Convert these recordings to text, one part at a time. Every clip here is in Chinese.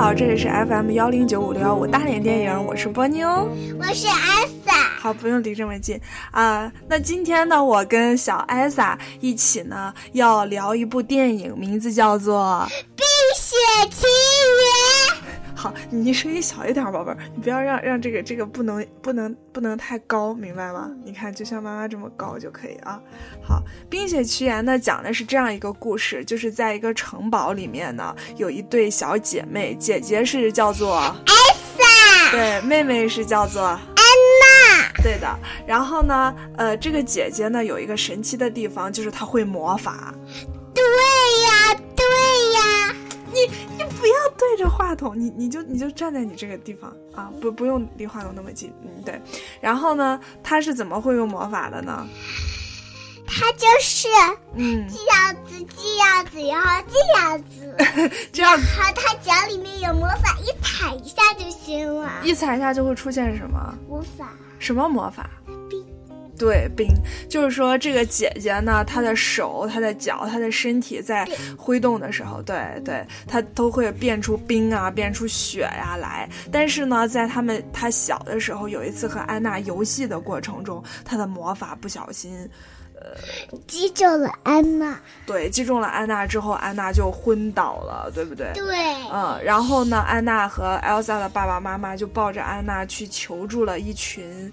好，这里是 FM109565大连电影，我是波妞， 我是艾莎。 好，不用离这么近啊。那今天呢，我跟小艾莎一起呢要聊一部电影，名字叫做《 冰雪奇缘》。 好，你声音小一点，宝贝儿，你不要让这个不能太高，明白吗？你看，就像妈妈这么高就可以啊。好，《冰雪奇缘》呢讲的是这样一个故事，就是在一个城堡里面呢，有一对小姐妹，姐姐是叫做艾莎， 对，妹妹是叫做安娜。 对的。然后呢，这个姐姐呢有一个神奇的地方，就是她会魔法。 对呀。 你不要对着话筒，你就站在你这个地方啊，不用离话筒那么近，对。然后呢，他是怎么会用魔法的呢？ 他就是这样子，然后这样子， 这样子， 然后他脚里面有魔法，一踩一下就行了。 一踩一下就会出现什么魔法？ 什么魔法？ 冰。 对，冰，就是说这个姐姐呢，她的手、她的脚、她的身体在挥动的时候，对，她都会变出冰啊，变出雪呀来。但是呢，在她小的时候，有一次和安娜游戏的过程中，她的魔法不小心， 击中了安娜。 对，击中了安娜之后，安娜就昏倒了，对不对？ 对。 然后呢，安娜和 Elsa 的爸爸妈妈就抱着安娜去求助了一群，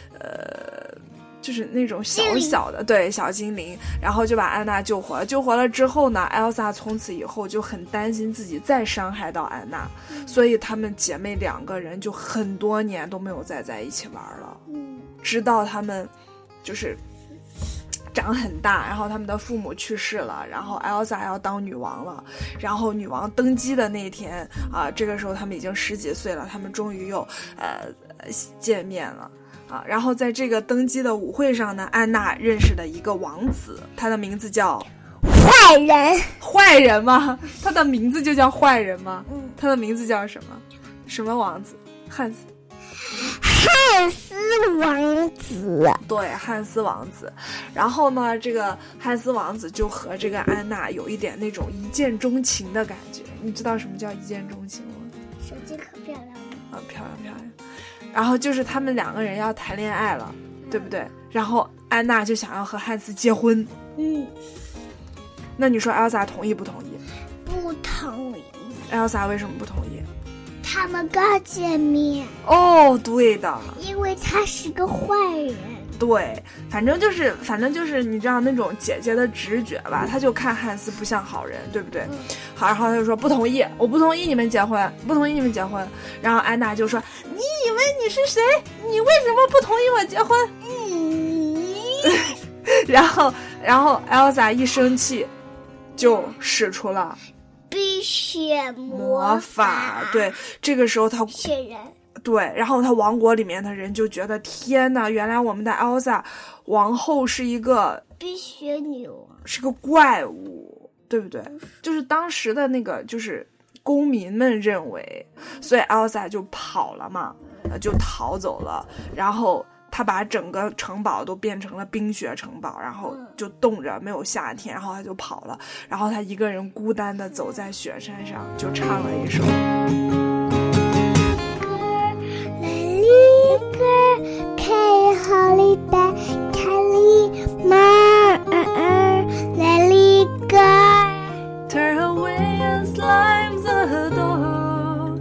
就是那种小的对小精灵，然后就把安娜救活了。救活了之后呢，Elsa 从此以后就很担心自己再伤害到安娜，所以她们姐妹两个人就很多年都没有再在一起玩了。直到她们就是长很大，然后他们的父母去世了，然后 Elsa 要当女王了，然后女王登基的那天啊，这个时候他们已经10几岁了，他们终于又见面了。然后在这个登基的舞会上呢，安娜认识了一个王子，他的名字叫坏人。 坏人吗？他的名字就叫坏人吗？他的名字叫什么？什么王子？汉斯王子。 对，汉斯王子。然后呢，这个汉斯王子就和这个安娜有一点那种一见钟情的感觉。你知道什么叫一见钟情吗？ 手机可漂亮了。 漂亮。然后就是他们两个人要谈恋爱了，对不对？然后安娜就想要和汉斯结婚。那你说 Elsa 同意不同意？ 不同意。 Elsa 为什么不同意？ 他们刚见面。 哦，对的。 因为他是个坏人。 对，反正就是你知道那种姐姐的直觉吧，她就看汉斯不像好人，对不对？好，然后她就说不同意，我不同意你们结婚，不同意你们结婚。然后安娜就说：“你以为你是谁？你为什么不同意我结婚？”然后 Elsa 一生气，就使出了冰雪魔法。对，这个时候她雪人。 对，然后他王国里面的人就觉得天哪，原来我们的 Elsa 王后是一个冰雪女王， 是个怪物，对不对？就是当时的那个就是公民们认为，所以 Elsa 就跑了嘛，就逃走了，然后他把整个城堡都变成了冰雪城堡，然后就冻着没有夏天，然后他就跑了，然后他一个人孤單的走在雪山上，就唱了一首Turn away and slime the door。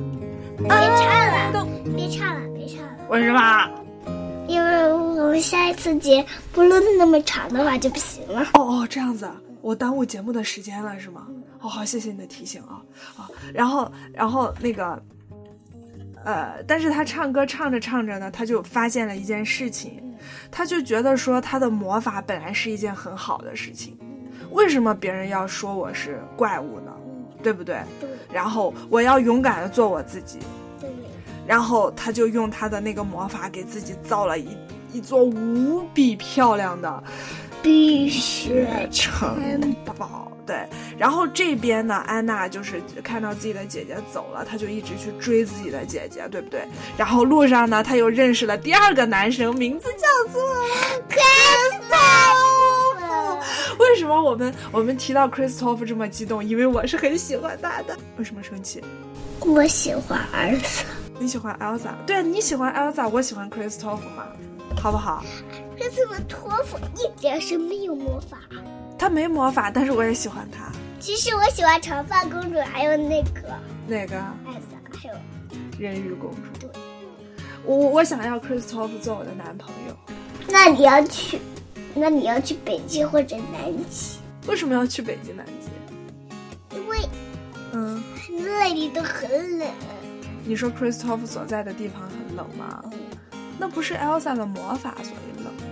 别唱了。 为什么？ 因为我们下一次节不录那么长的话就不行了。 这样子啊，我耽误节目的时间了是吗？好，谢谢你的提醒啊。然后那个但是他唱歌唱着呢，他就发现了一件事情，他就觉得说他的魔法本来是一件很好的事情，为什么别人要说我是怪物呢？对不对？然后我要勇敢的做我自己。然后他就用他的那个魔法给自己造了一座无比漂亮的冰雪城堡。对，然后这边呢，安娜就是看到自己的姐姐走了，她就一直去追自己的姐姐，对不对？然后路上呢，她又认识了第二个男生，名字叫做 Kristoff。 为什么我们提到 Kristoff 这么激动？因为我是很喜欢他的。为什么生气？ 我喜欢Elsa。 你喜欢 Elsa？ 对啊，你喜欢 Elsa， 我喜欢 Kristoff 嘛，好不好？ 可是我托夫一点是没有魔法。 他没魔法，但是我也喜欢他。 其实我喜欢长发公主，还有那个哪个 ？Elsa，还有人鱼公主。 对， 我想要 Kristoff 做我的男朋友。 那你要去北极或者南极。 为什么要去北极南极？ 因为那里都很冷。 你说 Kristoff 所在的地方很冷吗？那不是 Elsa 的魔法所以冷。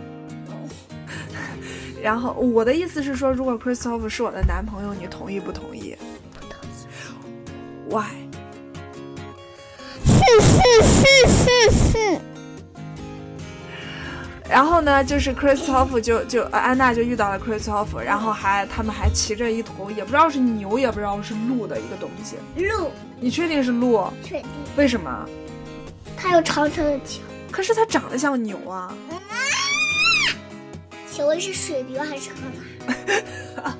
然后我的意思是说，如果 Kristoff 是我的男朋友，你同意不同意？ 不同意。 Why？ 然后呢，就是 Kristoff 就安娜就遇到了 Kristoff， 然后他们还骑着一头也不知道是牛也不知道是鹿的一个东西。 鹿？ 你确定是鹿？ 确定。为什么？ 它有长长的角。 可是它长得像牛啊。 请问是水牛还是河马？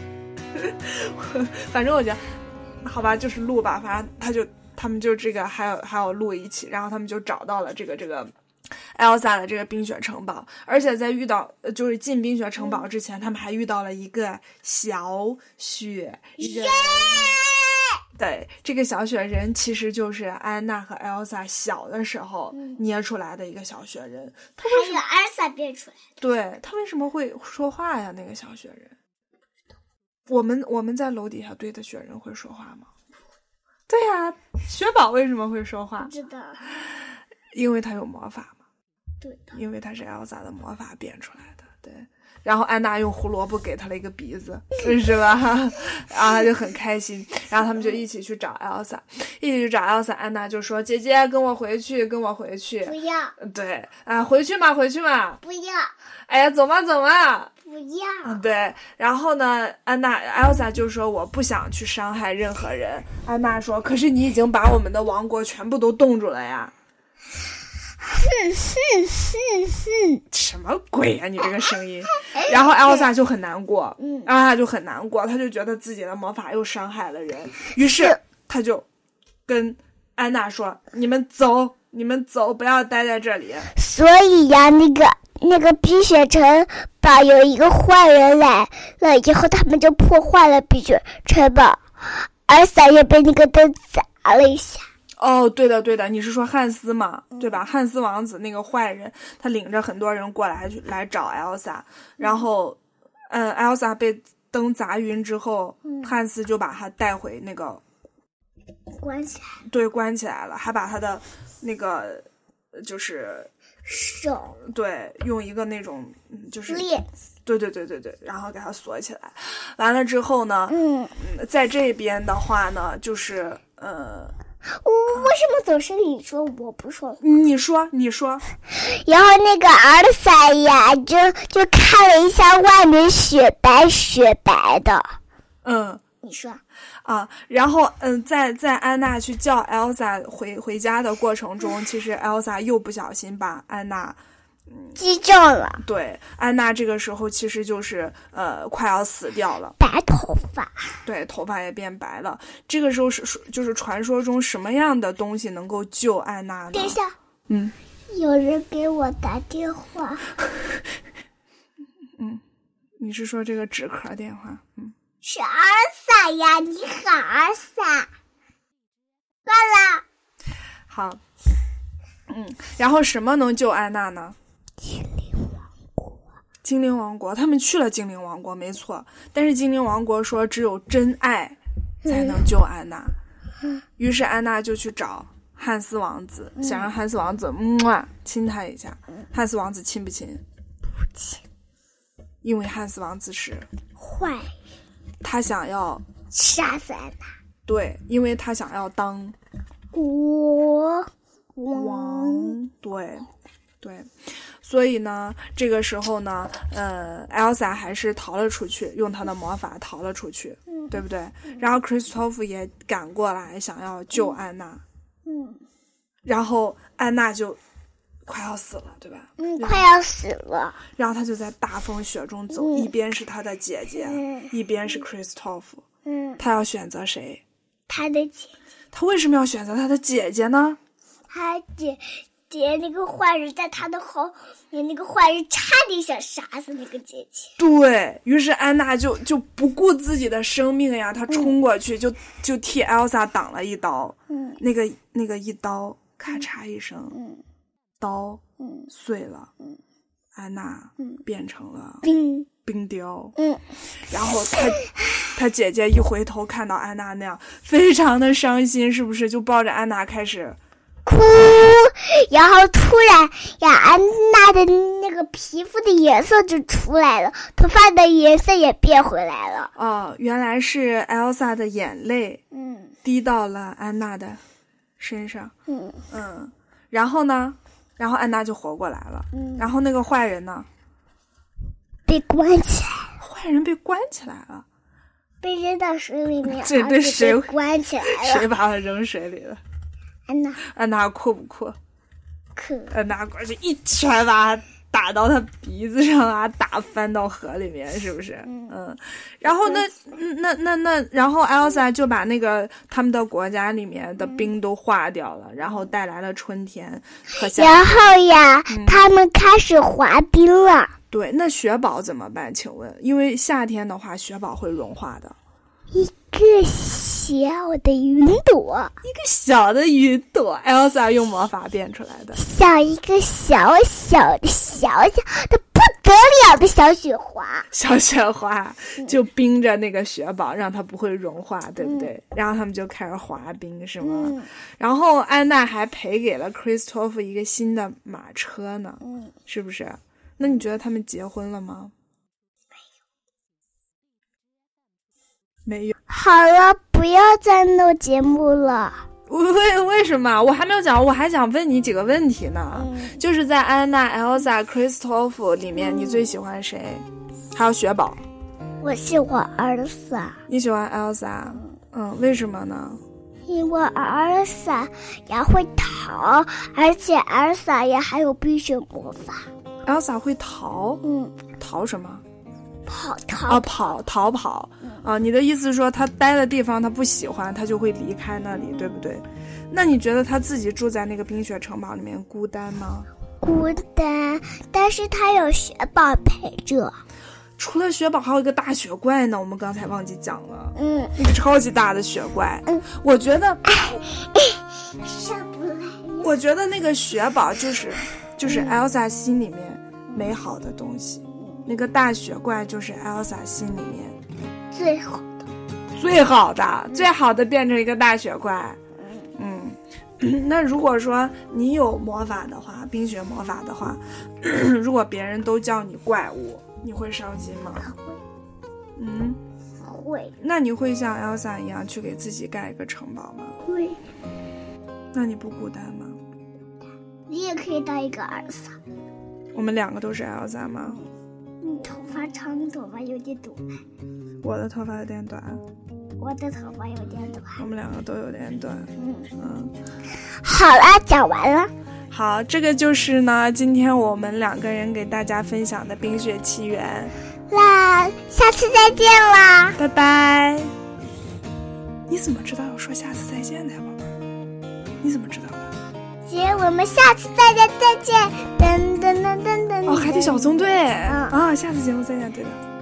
反正我觉得，好吧，就是鹿吧。反正他们就这个还有鹿一起，然后他们就找到了这个 Elsa 的这个冰雪城堡，而且在遇到就是进冰雪城堡之前，他们还遇到了一个小雪人。对，这个小雪人其实就是安娜和 Elsa 小的时候捏出来的一个小雪人。 还有 Elsa 变出来的。 对，他为什么会说话呀？那个小雪人。我们在楼底下堆的雪人会说话吗？对呀，雪宝为什么会说话？ 不知道。因为他有魔法嘛。 对的。 因为他是 Elsa 的魔法变出来的。对。然后安娜用胡萝卜给他了一个鼻子，是吧？然后他就很开心，然后他们就一起去找 Elsa， 安娜就说：“姐姐，跟我回去。”不要。 对啊，回去嘛。 不要。 哎呀，走嘛。 不要。 对，然后呢，Elsa 就说：“我不想去伤害任何人。”安娜说：“可是你已经把我们的王国全部都冻住了呀。”什么鬼呀，你这个声音。然后 Elsa 就很难过，她就觉得自己的魔法又伤害了人，于是她就跟安娜说：“你们走，不要待在这里。” 所以呀，那个冰雪城堡有一个坏人来了以后，他们就破坏了冰雪城堡，Elsa也被那个灯砸了一下。 哦，对的，你是说汉斯嘛，对吧？汉斯王子那个坏人，他领着很多人过来找 Elsa， 然后Elsa 被灯砸晕之后，汉斯就把他带回那个关起来。 对，关起来了，还把他的那个就是手， 对，用一个那种就是链子， 对，然后给他锁起来。完了之后呢，在这边的话呢，就是我为什么总是你说我不说？ 你说。 然后那个Elsa呀，就看了一下外面雪白的。你说啊，然后在安娜去叫 Elsa 回家的过程中，其实 Elsa 又不小心把安娜击中了。 对，安娜这个时候其实就是快要死掉了， 白头发。 对，头发也变白了。这个时候就是传说中什么样的东西能够救安娜呢？ 等一下，有人给我打电话。 你是说这个纸壳电话？ 是Elsa呀，你好，Elsa。挂了。 好。然后什么能救安娜呢？精灵王国，他们去了精灵王国，没错。但是精灵王国说只有真爱才能救安娜。于是安娜就去找汉斯王子，想让汉斯王子亲她一下。汉斯王子亲不亲？ 不亲。 因为汉斯王子是坏， 他想要杀死安娜。 对，因为他想要当国王。对，所以呢，这个时候呢，Elsa 还是逃了出去，用她的魔法逃了出去，对不对？然后 Kristoff 也赶过来想要救安娜，然后安娜就快要死了，对吧？ 快要死了。 然后他就在大风雪中走，一边是他的姐姐，一边是 Kristoff。他要选择谁？ 他的姐姐。 他为什么要选择他的姐姐呢？ 他姐姐那个坏人在他的后面，那个坏人差点想杀死那个姐姐。 对，于是安娜就不顾自己的生命呀，她冲过去就替 Elsa 挡了一刀。那个一刀咔嚓一声，刀碎了，安娜变成了冰雕。然后他姐姐一回头看到安娜那样，非常的伤心，是不是就抱着安娜开始哭？然后突然呀，安娜的那个皮肤的颜色就出来了，头发的颜色也变回来了。 哦，原来是 Elsa 的眼泪滴到了安娜的身上。然后呢？然后安娜就活过来了。然后那个坏人呢？ 被关起来了。 坏人被关起来了， 被扔到水里面， 这谁被关起来了？ 谁把他扔水里了？安娜酷不酷？ 酷。 安娜过去一拳把他打到他鼻子上啊，打翻到河里面，是不是？然后然后 Elsa 就把那个他们的国家里面的冰都化掉了，然后带来了春天和夏天。 然后呀，他们开始滑冰了。 对，那雪宝怎么办？请问，因为夏天的话，雪宝会融化的。 一个小的云朵， 一个小的云朵 ，Elsa 用魔法变出来的， 像一个小的不得了的小雪花。 小雪花就冰着那个雪宝，让它不会融化，对不对？然后他们就开始滑冰，是吗？然后安娜还赔给了 Kristoff 一个新的马车呢，是不是？那你觉得他们结婚了吗？没有。 好了，不要再录节目了。 为什么？我还没有讲，我还想问你几个问题呢。就是在安娜、Elsa、Kristoff 里面，你最喜欢谁？还有雪宝。 我喜欢Elsa。 你喜欢 Elsa？为什么呢？ 因为Elsa也会逃，而且Elsa也还有冰雪魔法。 Elsa 会逃？逃什么？ 逃跑。你的意思是说他待的地方他不喜欢，他就会离开那里，对不对？那你觉得他自己住在那个冰雪城堡里面孤单吗？ 孤单，但是他有雪宝陪着。 除了雪宝还有一个大雪怪呢，我们刚才忘记讲了。那个超级大的雪怪。我觉得上不来。 我觉得那个雪宝就是Elsa 心里面美好的东西，那个大雪怪就是 Elsa 心里面最好的变成一个大雪怪。那如果说你有魔法的话，冰雪魔法的话，如果别人都叫你怪物，你会伤心吗？ 会。 那你会像 Elsa 一样去给自己盖一个城堡吗？ 会。 那你不孤单吗？ 你也可以当一个Elsa。 我们两个都是 Elsa 吗？ 你头发长，你头发有点短。 我的头发有点短。 我的头发有点短。 我们两个都有点短。 好了，讲完了。 好，这个就是呢，今天我们两个人给大家分享的《冰雪奇缘》。 那下次再见啦， 拜拜。你怎么知道要说下次再见的呀，宝贝？你怎么知道的？ 姐，我们下次大家再见。噔噔噔噔噔。 海底小纵队。下次节目再见，对的。